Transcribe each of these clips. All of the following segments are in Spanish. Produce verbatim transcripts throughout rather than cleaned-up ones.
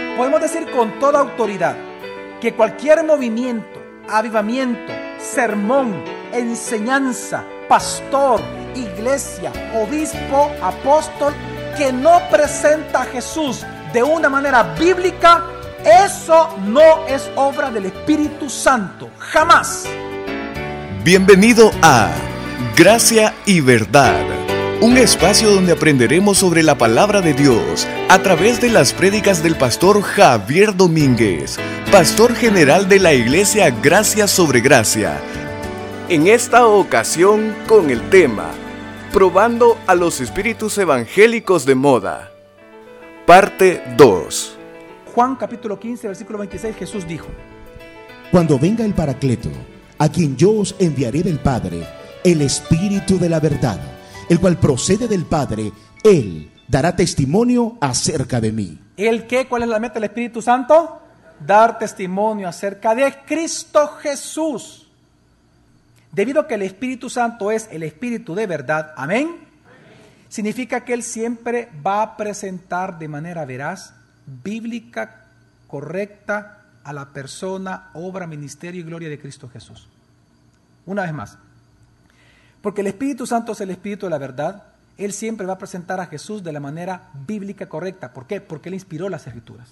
Podemos decir con toda autoridad que cualquier movimiento, avivamiento, sermón, enseñanza, pastor, iglesia, obispo, apóstol, que no presenta a Jesús de una manera bíblica, eso no es obra del Espíritu Santo, jamás. Bienvenido a Gracia y Verdad, un espacio donde aprenderemos sobre la palabra de Dios a través de las prédicas del pastor Javier Domínguez, pastor general de la iglesia Gracia sobre Gracia. En esta ocasión con el tema Probando a los espíritus evangélicos de moda, parte dos. Juan capítulo quince, versículo veintiséis, Jesús dijo: Cuando venga el Paracleto, a quien yo os enviaré del Padre, el Espíritu de la verdad, el cual procede del Padre, Él dará testimonio acerca de mí. ¿El qué? ¿Cuál es la meta del Espíritu Santo? Dar testimonio acerca de Cristo Jesús. Debido a que el Espíritu Santo es el Espíritu de verdad, amén, amén, significa que Él siempre va a presentar de manera veraz, bíblica, correcta, a la persona, obra, ministerio y gloria de Cristo Jesús. Una vez más, porque el Espíritu Santo es el Espíritu de la verdad, Él siempre va a presentar a Jesús de la manera bíblica correcta. ¿Por qué? Porque Él inspiró las Escrituras.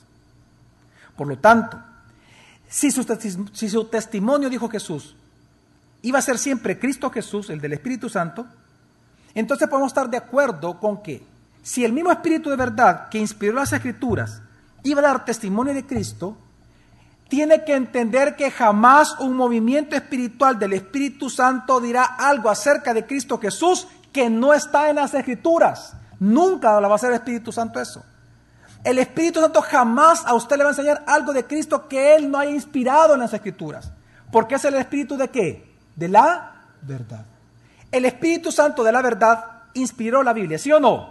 Por lo tanto, si su, si su testimonio, dijo Jesús, iba a ser siempre Cristo Jesús, el del Espíritu Santo, entonces podemos estar de acuerdo con que si el mismo Espíritu de verdad que inspiró las Escrituras iba a dar testimonio de Cristo, tiene que entender que jamás un movimiento espiritual del Espíritu Santo dirá algo acerca de Cristo Jesús que no está en las Escrituras. Nunca lo va a hacer el Espíritu Santo eso. El Espíritu Santo jamás a usted le va a enseñar algo de Cristo que Él no haya inspirado en las Escrituras. Porque es el Espíritu de ¿qué? De la verdad. El Espíritu Santo de la verdad inspiró la Biblia, ¿sí o no?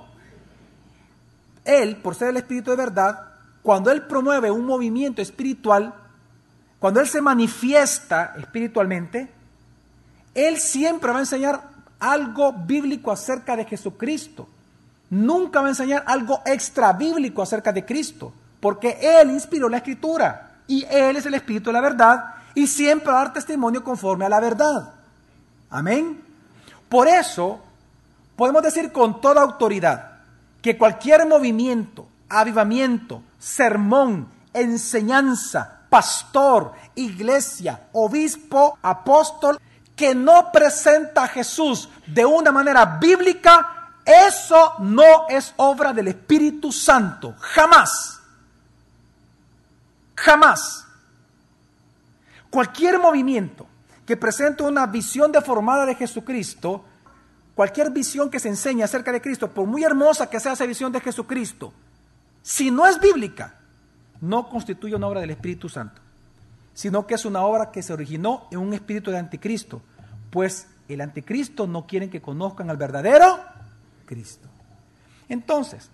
Él, por ser el Espíritu de verdad, cuando Él promueve un movimiento espiritual, cuando Él se manifiesta espiritualmente, Él siempre va a enseñar algo bíblico acerca de Jesucristo. Nunca va a enseñar algo extra bíblico acerca de Cristo, porque Él inspiró la Escritura y Él es el Espíritu de la verdad y siempre va a dar testimonio conforme a la verdad. Amén. Por eso podemos decir con toda autoridad que cualquier movimiento, avivamiento, sermón, enseñanza, pastor, iglesia, obispo, apóstol, que no presenta a Jesús de una manera bíblica, eso no es obra del Espíritu Santo. Jamás. Jamás. Cualquier movimiento que presente una visión deformada de Jesucristo, cualquier visión que se enseñe acerca de Cristo, por muy hermosa que sea esa visión de Jesucristo, si no es bíblica, no constituye una obra del Espíritu Santo, sino que es una obra que se originó en un espíritu de anticristo, pues el anticristo no quiere que conozcan al verdadero Cristo. Entonces,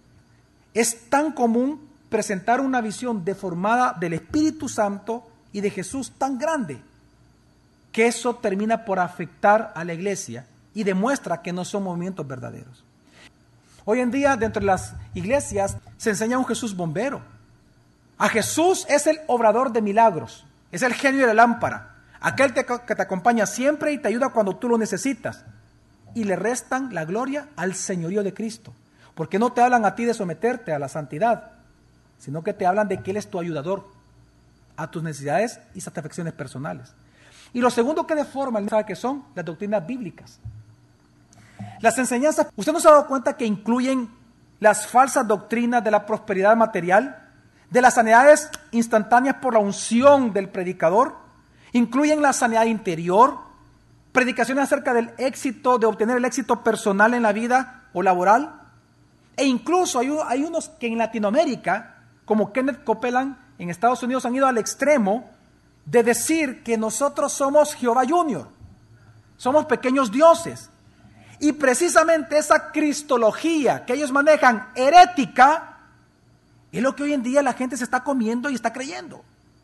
es tan común presentar una visión deformada del Espíritu Santo y de Jesús tan grande, que eso termina por afectar a la iglesia y demuestra que no son movimientos verdaderos. Hoy en día, dentro de las iglesias, se enseña a un Jesús bombero. A Jesús es el obrador de milagros, es el genio de la lámpara, aquel que te acompaña siempre y te ayuda cuando tú lo necesitas. Y le restan la gloria al señorío de Cristo, porque no te hablan a ti de someterte a la santidad, sino que te hablan de que Él es tu ayudador a tus necesidades y satisfacciones personales. Y lo segundo que deforma el mensaje que son las doctrinas bíblicas. Las enseñanzas, ¿usted no se ha dado cuenta que incluyen las falsas doctrinas de la prosperidad material, de las sanidades instantáneas por la unción del predicador? Incluyen la sanidad interior, predicaciones acerca del éxito, de obtener el éxito personal en la vida o laboral. E incluso hay, hay unos que en Latinoamérica, como Kenneth Copeland en Estados Unidos, han ido al extremo de decir que nosotros somos Jehová Junior, somos pequeños dioses. Y precisamente esa cristología que ellos manejan, herética, es lo que hoy en día la gente se está comiendo y está creyendo.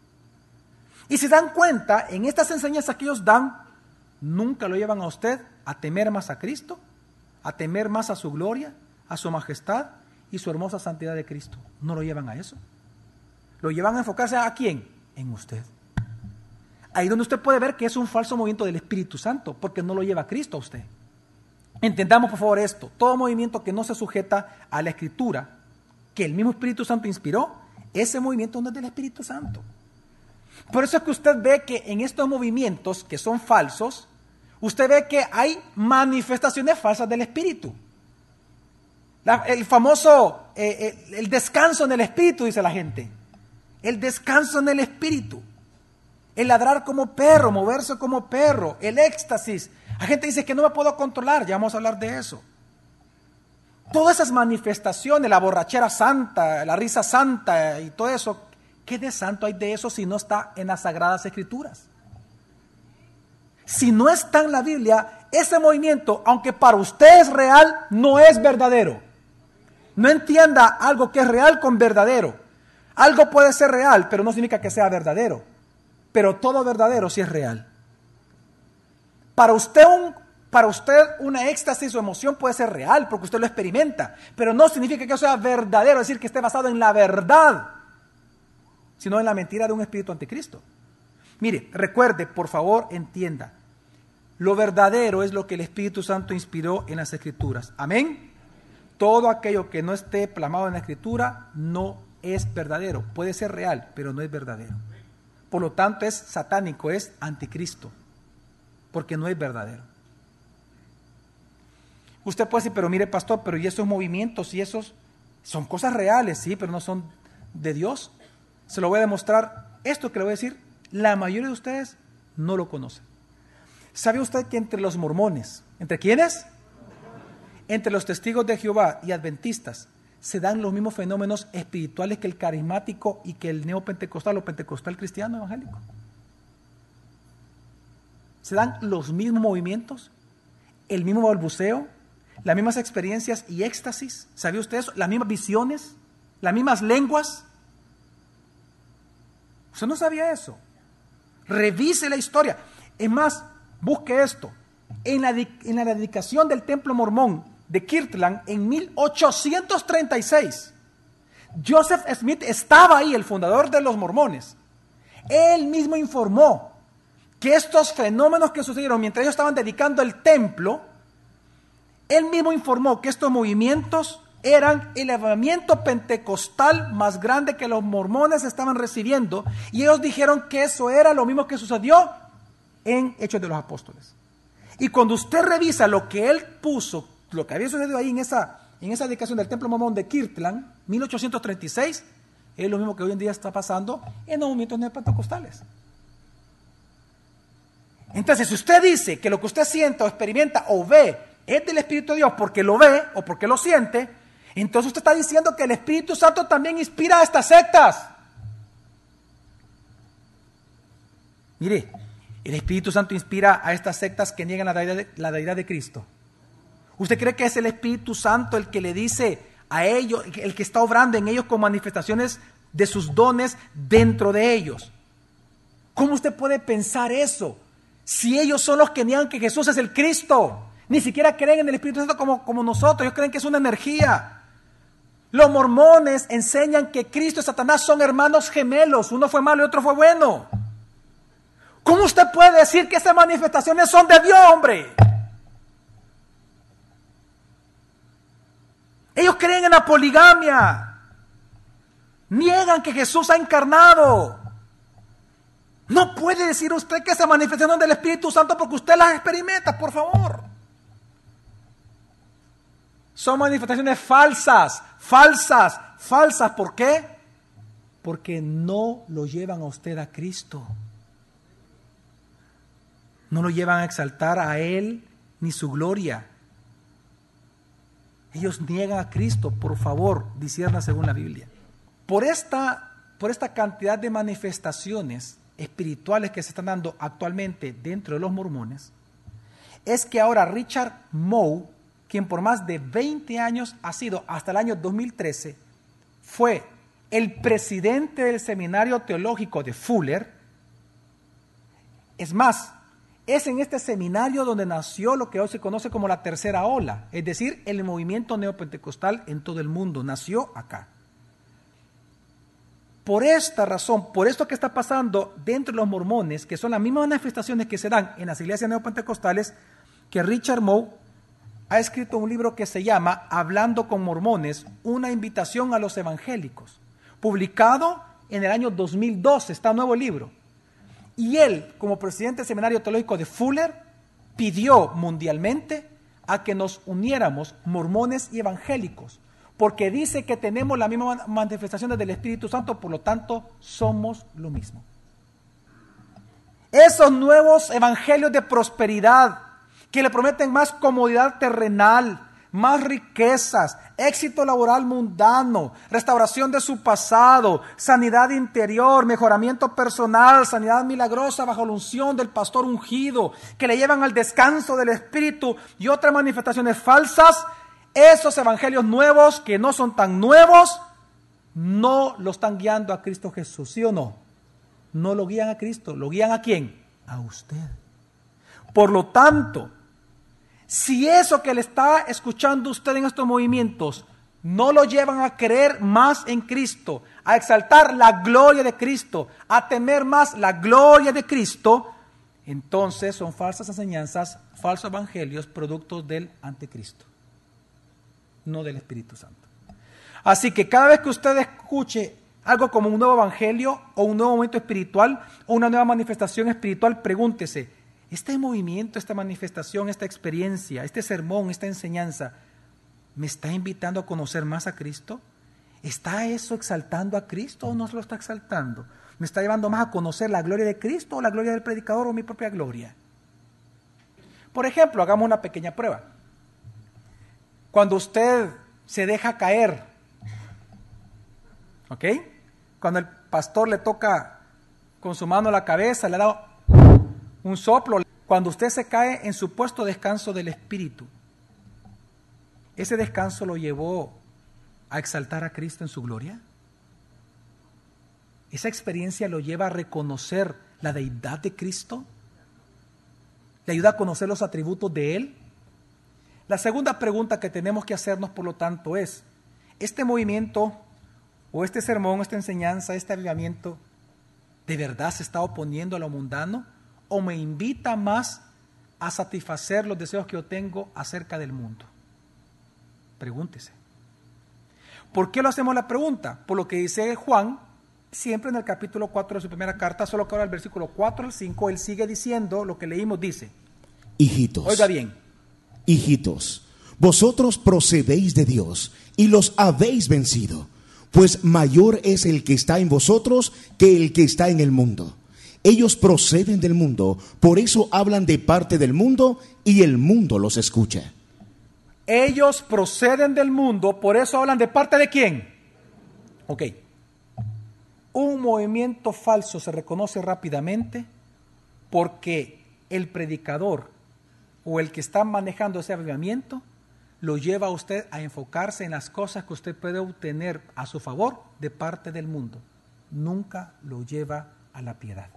Y si dan cuenta, en estas enseñanzas que ellos dan, nunca lo llevan a usted a temer más a Cristo, a temer más a su gloria, a su majestad y su hermosa santidad de Cristo. No lo llevan a eso. lo llevan a enfocarse ¿a quién? En usted. Ahí donde usted puede ver que es un falso movimiento del Espíritu Santo, porque no lo lleva a Cristo a usted. Entendamos por favor esto, todo movimiento que no se sujeta a la Escritura, que el mismo Espíritu Santo inspiró, ese movimiento no es del Espíritu Santo. Por eso es que usted ve que en estos movimientos que son falsos, usted ve que hay manifestaciones falsas del Espíritu. La, el famoso, eh, el, el descanso en el Espíritu, dice la gente. El descanso en el Espíritu. El ladrar como perro, moverse como perro, el éxtasis. La gente dice que no me puedo controlar, ya vamos a hablar de eso. Todas esas manifestaciones, la borrachera santa, la risa santa y todo eso, ¿qué de santo hay de eso si no está en las Sagradas Escrituras? Si no está en la Biblia, ese movimiento, aunque para usted es real, no es verdadero. No entienda algo que es real con verdadero. Algo puede ser real, pero no significa que sea verdadero. Pero todo verdadero sí es real. Para usted, un, para usted una éxtasis o emoción puede ser real porque usted lo experimenta, pero no significa que eso sea verdadero, es decir, que esté basado en la verdad, sino en la mentira de un espíritu anticristo. Mire, recuerde, por favor, entienda, lo verdadero es lo que el Espíritu Santo inspiró en las Escrituras. Amén. Todo aquello que no esté plasmado en la Escritura no es verdadero, puede ser real, pero no es verdadero. Por lo tanto es satánico, es anticristo, porque no es verdadero. Usted puede decir, pero mire pastor, pero y esos movimientos y esos son cosas reales, sí, pero no son de Dios. Se lo voy a demostrar, esto que le voy a decir, la mayoría de ustedes no lo conocen. ¿Sabe usted que entre los mormones, ¿entre quiénes? Entre los testigos de Jehová y adventistas, se dan los mismos fenómenos espirituales que el carismático y que el neopentecostal o pentecostal cristiano evangélico. Se dan los mismos movimientos, el mismo balbuceo, las mismas experiencias y éxtasis. ¿Sabía usted eso? Las mismas visiones, las mismas lenguas. ¿Usted no sabía eso? Revise la historia. Es más, busque esto. En la, en la dedicación del templo mormón de Kirtland en mil ochocientos treinta y seis, Joseph Smith estaba ahí, el fundador de los mormones. Él mismo informó que estos fenómenos que sucedieron mientras ellos estaban dedicando el templo, él mismo informó que estos movimientos eran el avivamiento pentecostal más grande que los mormones estaban recibiendo, y ellos dijeron que eso era lo mismo que sucedió en Hechos de los Apóstoles. Y cuando usted revisa lo que él puso, lo que había sucedido ahí en esa, en esa dedicación del templo mormón de Kirtland, mil ochocientos treinta y seis, es lo mismo que hoy en día está pasando en los movimientos neopentecostales. Entonces, si usted dice que lo que usted siente o experimenta o ve es del Espíritu de Dios porque lo ve o porque lo siente, entonces usted está diciendo que el Espíritu Santo también inspira a estas sectas. Mire, el Espíritu Santo inspira a estas sectas que niegan la deidad de, la deidad de Cristo. ¿Usted cree que es el Espíritu Santo el que le dice a ellos, el que está obrando en ellos con manifestaciones de sus dones dentro de ellos? ¿Cómo usted puede pensar eso? Si ellos son los que niegan que Jesús es el Cristo, ni siquiera creen en el Espíritu Santo como, como nosotros, ellos creen que es una energía. Los mormones enseñan que Cristo y Satanás son hermanos gemelos, uno fue malo y otro fue bueno. ¿Cómo usted puede decir que esas manifestaciones son de Dios, hombre? Ellos creen en la poligamia. Niegan que Jesús ha encarnado. No puede decir usted que esas manifestaciones son del Espíritu Santo porque usted las experimenta, por favor. Son manifestaciones falsas, falsas, falsas. ¿Por qué? Porque no lo llevan a usted a Cristo. No lo llevan a exaltar a Él ni su gloria. Ellos niegan a Cristo, por favor, discierna según la Biblia. Por esta, por esta cantidad de manifestaciones espirituales que se están dando actualmente dentro de los mormones, es que ahora Richard Moe, quien por más de veinte años ha sido, hasta el año dos mil trece, fue el presidente del seminario teológico de Fuller. Es más, es en este seminario donde nació lo que hoy se conoce como la tercera ola, es decir, el movimiento neopentecostal en todo el mundo, nació acá. Por esta razón, por esto que está pasando dentro de los mormones, que son las mismas manifestaciones que se dan en las iglesias neopentecostales, que Richard Moe ha escrito un libro que se llama Hablando con Mormones, una invitación a los evangélicos, publicado en el año dos mil doce, está un nuevo libro. Y él, como presidente del Seminario Teológico de Fuller, pidió mundialmente a que nos uniéramos mormones y evangélicos, porque dice que tenemos las mismas manifestaciones del Espíritu Santo, por lo tanto, somos lo mismo. Esos nuevos evangelios de prosperidad, que le prometen más comodidad terrenal, más riquezas, éxito laboral mundano, restauración de su pasado, sanidad interior, mejoramiento personal, sanidad milagrosa bajo la unción del pastor ungido, que le llevan al descanso del Espíritu y otras manifestaciones falsas. Esos evangelios nuevos, que no son tan nuevos, no lo están guiando a Cristo Jesús, ¿sí o no? No lo guían a Cristo, ¿lo guían a quién? A usted. Por lo tanto, si eso que le está escuchando usted en estos movimientos no lo llevan a creer más en Cristo, a exaltar la gloria de Cristo, a temer más la gloria de Cristo, entonces son falsas enseñanzas, falsos evangelios, productos del anticristo, no del Espíritu Santo. Así que cada vez que usted escuche algo como un nuevo evangelio o un nuevo momento espiritual o una nueva manifestación espiritual, pregúntese, ¿este movimiento, esta manifestación, esta experiencia, este sermón, esta enseñanza, me está invitando a conocer más a Cristo? ¿Está eso exaltando a Cristo o no se lo está exaltando? ¿Me está llevando más a conocer la gloria de Cristo o la gloria del predicador o mi propia gloria? Por ejemplo, hagamos una pequeña prueba. Cuando usted se deja caer, ¿ok? Cuando el pastor le toca con su mano la cabeza, le da un soplo, cuando usted se cae en su puesto de descanso del Espíritu, ¿ese descanso lo llevó a exaltar a Cristo en su gloria? ¿Esa experiencia lo lleva a reconocer la deidad de Cristo? ¿Le ayuda a conocer los atributos de Él? La segunda pregunta que tenemos que hacernos, por lo tanto, es, ¿este movimiento o este sermón, esta enseñanza, este avivamiento, de verdad se está oponiendo a lo mundano o me invita más a satisfacer los deseos que yo tengo acerca del mundo? Pregúntese. ¿Por qué lo hacemos la pregunta? Por lo que dice Juan, siempre en el capítulo cuatro de su primera carta, solo que ahora el versículo cuatro al cinco, él sigue diciendo lo que leímos, dice. Hijitos. Oiga bien. Hijitos, vosotros procedéis de Dios y los habéis vencido, pues mayor es el que está en vosotros que el que está en el mundo. Ellos proceden del mundo, por eso hablan de parte del mundo y el mundo los escucha. Ellos proceden del mundo, por eso hablan de parte de quién. Ok. Un movimiento falso se reconoce rápidamente porque el predicador o el que está manejando ese avivamiento lo lleva a usted a enfocarse en las cosas que usted puede obtener a su favor de parte del mundo. Nunca lo lleva a la piedad.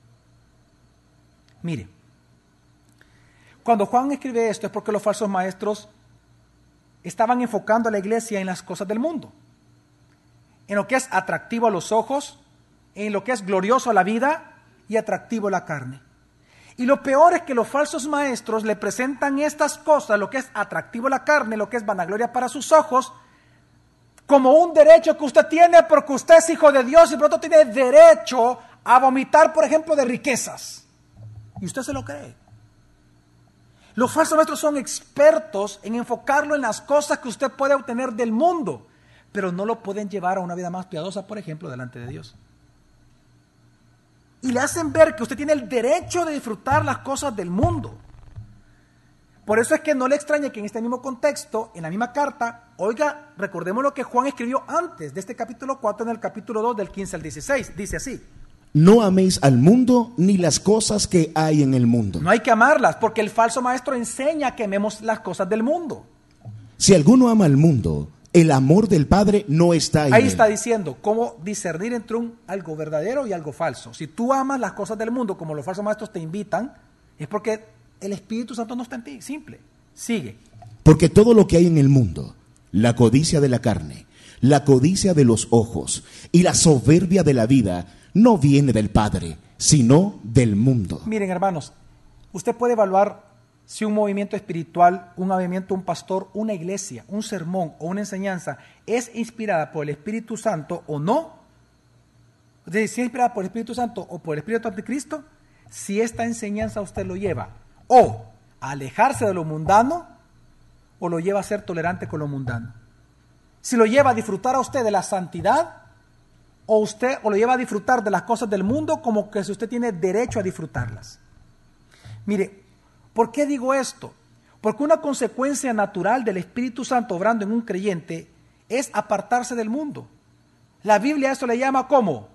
Mire, cuando Juan escribe esto es porque los falsos maestros estaban enfocando a la iglesia en las cosas del mundo, en lo que es atractivo a los ojos, en lo que es glorioso a la vida y atractivo a la carne. Y lo peor es que los falsos maestros le presentan estas cosas, lo que es atractivo a la carne, lo que es vanagloria para sus ojos, como un derecho que usted tiene porque usted es hijo de Dios y por lo tanto tiene derecho a vomitar, por ejemplo, de riquezas. Y usted se lo cree. Los falsos maestros son expertos en enfocarlo en las cosas que usted puede obtener del mundo, pero no lo pueden llevar a una vida más piadosa, por ejemplo, delante de Dios. Y le hacen ver que usted tiene el derecho de disfrutar las cosas del mundo. Por eso es que no le extrañe que en este mismo contexto, en la misma carta, oiga, recordemos lo que Juan escribió antes de este capítulo cuatro, en el capítulo dos, del quince al dieciséis. Dice así. No améis al mundo ni las cosas que hay en el mundo. No hay que amarlas, porque el falso maestro enseña que amemos las cosas del mundo. Si alguno ama al mundo, el amor del Padre no está en Ahí él. está diciendo cómo discernir entre un algo verdadero y algo falso. Si tú amas las cosas del mundo como los falsos maestros te invitan, es porque el Espíritu Santo no está en ti. Simple. Sigue. Porque todo lo que hay en el mundo, la codicia de la carne, la codicia de los ojos y la soberbia de la vida no viene del Padre, sino del mundo. Miren, hermanos, usted puede evaluar si un movimiento espiritual, un movimiento, un pastor, una iglesia, un sermón o una enseñanza es inspirada por el Espíritu Santo o no. Es decir, si es inspirada por el Espíritu Santo o por el Espíritu Anticristo, si esta enseñanza usted lo lleva o a alejarse de lo mundano o lo lleva a ser tolerante con lo mundano. Si lo lleva a disfrutar a usted de la santidad o usted o lo lleva a disfrutar de las cosas del mundo como que si usted tiene derecho a disfrutarlas. Mire, ¿por qué digo esto? Porque una consecuencia natural del Espíritu Santo obrando en un creyente es apartarse del mundo. La Biblia a esto le llama ¿cómo?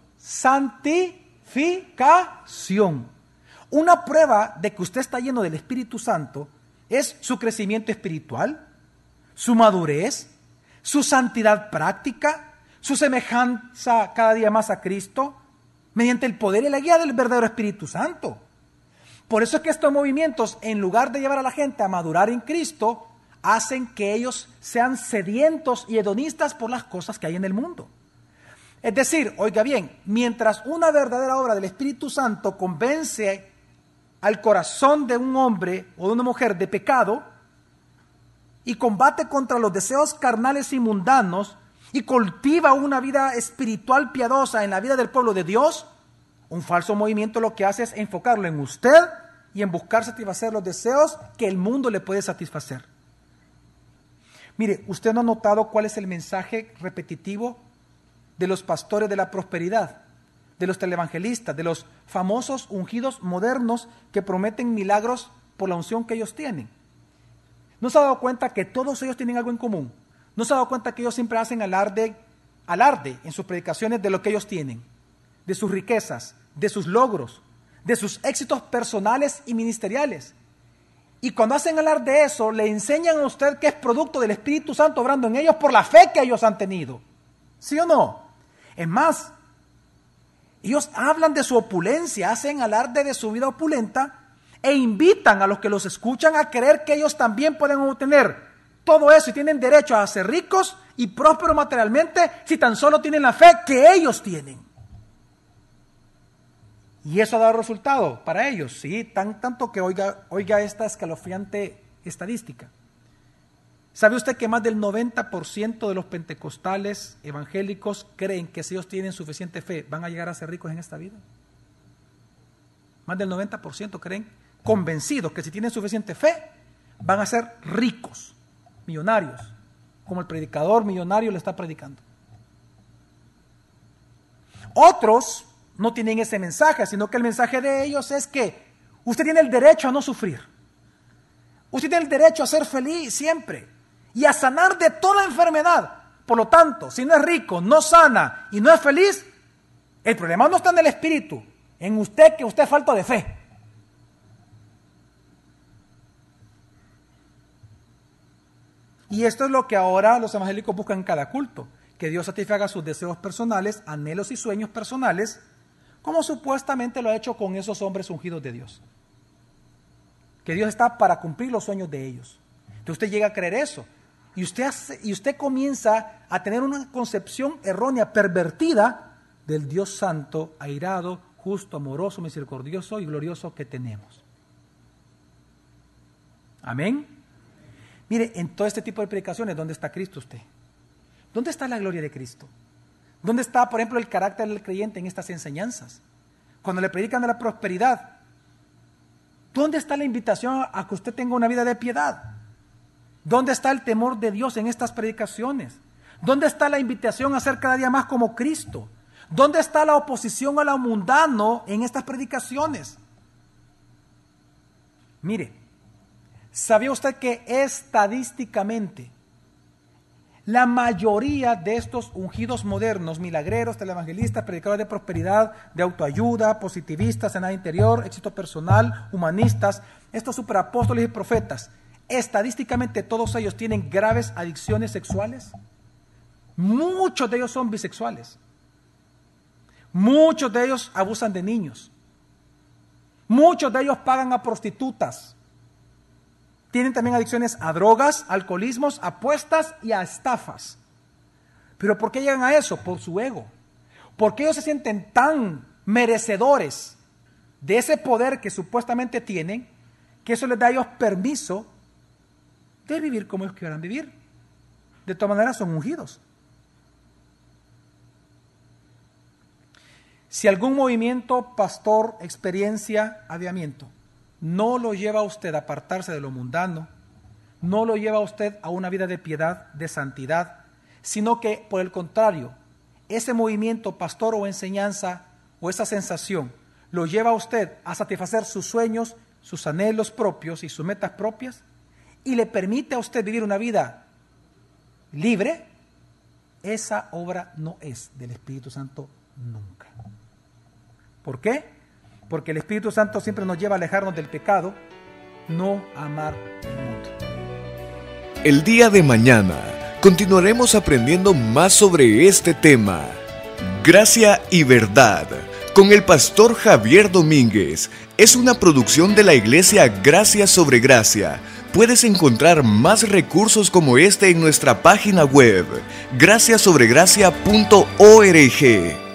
Santificación. Una prueba de que usted está lleno del Espíritu Santo es su crecimiento espiritual, su madurez, su santidad práctica, su semejanza cada día más a Cristo, mediante el poder y la guía del verdadero Espíritu Santo. Por eso es que estos movimientos, en lugar de llevar a la gente a madurar en Cristo, hacen que ellos sean sedientos y hedonistas por las cosas que hay en el mundo. Es decir, oiga bien, mientras una verdadera obra del Espíritu Santo convence al corazón de un hombre o de una mujer de pecado y combate contra los deseos carnales y mundanos y cultiva una vida espiritual piadosa en la vida del pueblo de Dios, un falso movimiento lo que hace es enfocarlo en usted y en buscar satisfacer los deseos que el mundo le puede satisfacer. Mire, ¿usted no ha notado cuál es el mensaje repetitivo de los pastores de la prosperidad, de los televangelistas, de los famosos ungidos modernos que prometen milagros por la unción que ellos tienen? ¿No se ha dado cuenta que todos ellos tienen algo en común? ¿No se ha dado cuenta que ellos siempre hacen alarde, alarde en sus predicaciones de lo que ellos tienen, de sus riquezas, de sus logros, de sus éxitos personales y ministeriales? Y cuando hacen hablar de eso, le enseñan a usted que es producto del Espíritu Santo obrando en ellos por la fe que ellos han tenido. ¿Sí o no? Es más, ellos hablan de su opulencia, hacen alarde de su vida opulenta e invitan a los que los escuchan a creer que ellos también pueden obtener todo eso y tienen derecho a ser ricos y prósperos materialmente si tan solo tienen la fe que ellos tienen. Y eso ha dado resultado para ellos, sí, tan, tanto que oiga, oiga esta escalofriante estadística. ¿Sabe usted que más del noventa por ciento de los pentecostales evangélicos creen que si ellos tienen suficiente fe van a llegar a ser ricos en esta vida? Más del noventa por ciento creen, convencidos que si tienen suficiente fe van a ser ricos, millonarios, como el predicador millonario le está predicando. Otros no tienen ese mensaje, sino que el mensaje de ellos es que usted tiene el derecho a no sufrir. Usted tiene el derecho a ser feliz siempre y a sanar de toda enfermedad. Por lo tanto, si no es rico, no sana y no es feliz, el problema no está en el espíritu, en usted, que usted es falta de fe. Y esto es lo que ahora los evangélicos buscan en cada culto, que Dios satisfaga sus deseos personales, anhelos y sueños personales, como supuestamente lo ha hecho con esos hombres ungidos de Dios. Que Dios está para cumplir los sueños de ellos. Entonces usted llega a creer eso. Y usted, hace, y usted comienza a tener una concepción errónea, pervertida, del Dios santo, airado, justo, amoroso, misericordioso y glorioso que tenemos. Amén. Mire, en todo este tipo de predicaciones, ¿dónde está Cristo usted? ¿Dónde está la gloria de Cristo? ¿Dónde está, por ejemplo, el carácter del creyente en estas enseñanzas? Cuando le predican de la prosperidad, ¿dónde está la invitación a que usted tenga una vida de piedad? ¿Dónde está el temor de Dios en estas predicaciones? ¿Dónde está la invitación a ser cada día más como Cristo? ¿Dónde está la oposición a lo mundano en estas predicaciones? Mire, ¿sabía usted que estadísticamente la mayoría de estos ungidos modernos, milagreros, televangelistas, predicadores de prosperidad, de autoayuda, positivistas, sanidad interior, éxito personal, humanistas, estos superapóstoles y profetas, estadísticamente todos ellos tienen graves adicciones sexuales? Muchos de ellos son bisexuales. Muchos de ellos abusan de niños. Muchos de ellos pagan a prostitutas. Tienen también adicciones a drogas, alcoholismos, apuestas y a estafas. ¿Pero por qué llegan a eso? Por su ego. Porque ellos se sienten tan merecedores de ese poder que supuestamente tienen, que eso les da a ellos permiso de vivir como ellos quieran vivir. De todas maneras son ungidos. Si algún movimiento, pastor, experiencia, aviamiento, no lo lleva a usted a apartarse de lo mundano, no lo lleva a usted a una vida de piedad, de santidad, sino que, por el contrario, ese movimiento, pastor o enseñanza, o esa sensación, lo lleva a usted a satisfacer sus sueños, sus anhelos propios y sus metas propias, y le permite a usted vivir una vida libre, esa obra no es del Espíritu Santo nunca. ¿Por qué? Porque el Espíritu Santo siempre nos lleva a alejarnos del pecado, no a amar el mundo. El día de mañana continuaremos aprendiendo más sobre este tema, Gracia y Verdad, con el pastor Javier Domínguez. Es una producción de la iglesia Gracia sobre Gracia. Puedes encontrar más recursos como este en nuestra página web, gracia sobre gracia punto org.